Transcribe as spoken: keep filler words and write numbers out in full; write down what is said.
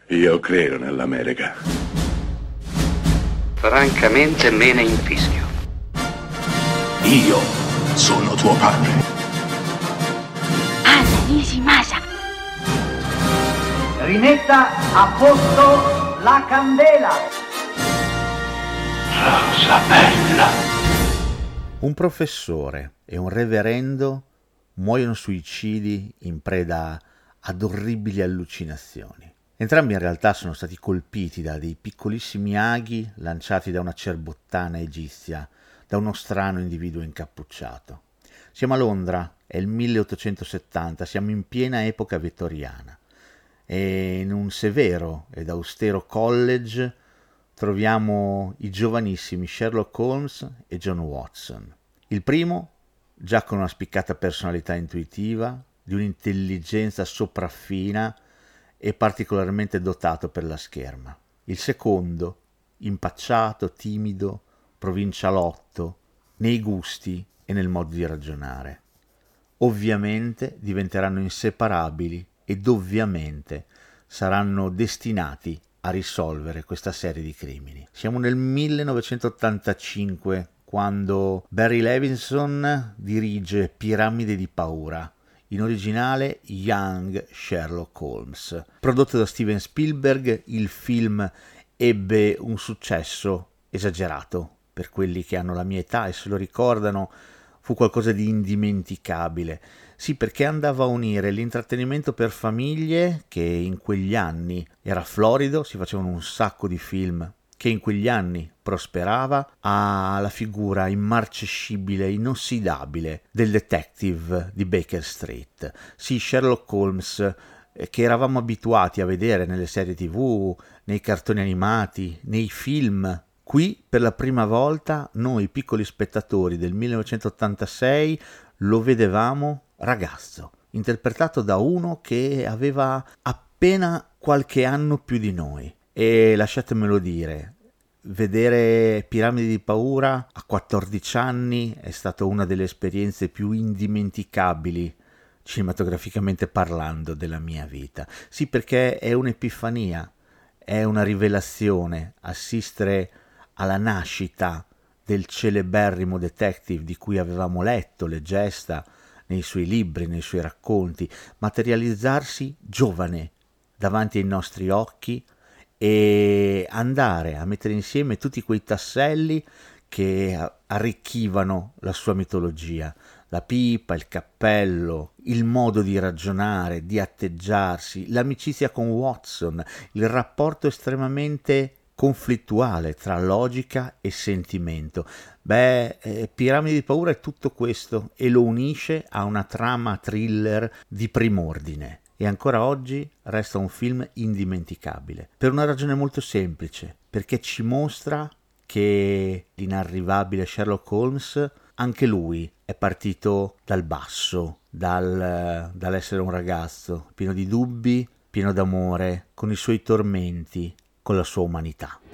Io credo nell'America. Francamente me ne infischio. Io sono tuo padre. Anna Nishimasa. Rimetta a posto la candela. Rosa bella. Un professore e un reverendo muoiono suicidi in preda ad orribili allucinazioni. Entrambi in realtà sono stati colpiti da dei piccolissimi aghi lanciati da una cerbottana egizia, da uno strano individuo incappucciato. Siamo a Londra, è il milleottocentosettanta, siamo in piena epoca vittoriana e in un severo ed austero college troviamo i giovanissimi Sherlock Holmes e John Watson. Il primo, già con una spiccata personalità intuitiva, di un'intelligenza sopraffina e particolarmente dotato per la scherma. Il secondo, impacciato, timido, provincialotto, nei gusti e nel modo di ragionare. Ovviamente diventeranno inseparabili ed ovviamente saranno destinati a risolvere questa serie di crimini. Siamo nel millenovecentottantacinque, quando Barry Levinson dirige Piramide di paura, in originale Young Sherlock Holmes. Prodotto da Steven Spielberg, il film ebbe un successo esagerato per quelli che hanno la mia età e se lo ricordano. Fu qualcosa di indimenticabile. Sì, perché andava a unire l'intrattenimento per famiglie, che in quegli anni era florido, si facevano un sacco di film che in quegli anni prosperava, alla figura immarcescibile, inossidabile del detective di Baker Street. Sì, Sherlock Holmes, che eravamo abituati a vedere nelle serie tv, nei cartoni animati, nei film. Qui, per la prima volta, noi piccoli spettatori del millenovecentottantasei lo vedevamo ragazzo, interpretato da uno che aveva appena qualche anno più di noi. E lasciatemelo dire, vedere Piramidi di paura a quattordici anni è stata una delle esperienze più indimenticabili, cinematograficamente parlando, della mia vita. Sì, perché è un'epifania, è una rivelazione, assistere alla nascita del celeberrimo detective di cui avevamo letto le gesta nei suoi libri, nei suoi racconti, materializzarsi giovane davanti ai nostri occhi e andare a mettere insieme tutti quei tasselli che arricchivano la sua mitologia. La pipa, il cappello, il modo di ragionare, di atteggiarsi, l'amicizia con Watson, il rapporto estremamente conflittuale tra logica e sentimento. Beh, eh, Piramidi di paura è tutto questo e lo unisce a una trama thriller di prim'ordine. E ancora oggi resta un film indimenticabile, per una ragione molto semplice, perché ci mostra che l'inarrivabile Sherlock Holmes, anche lui è partito dal basso, dal, dall'essere un ragazzo, pieno di dubbi, pieno d'amore, con i suoi tormenti, con la sua umanità.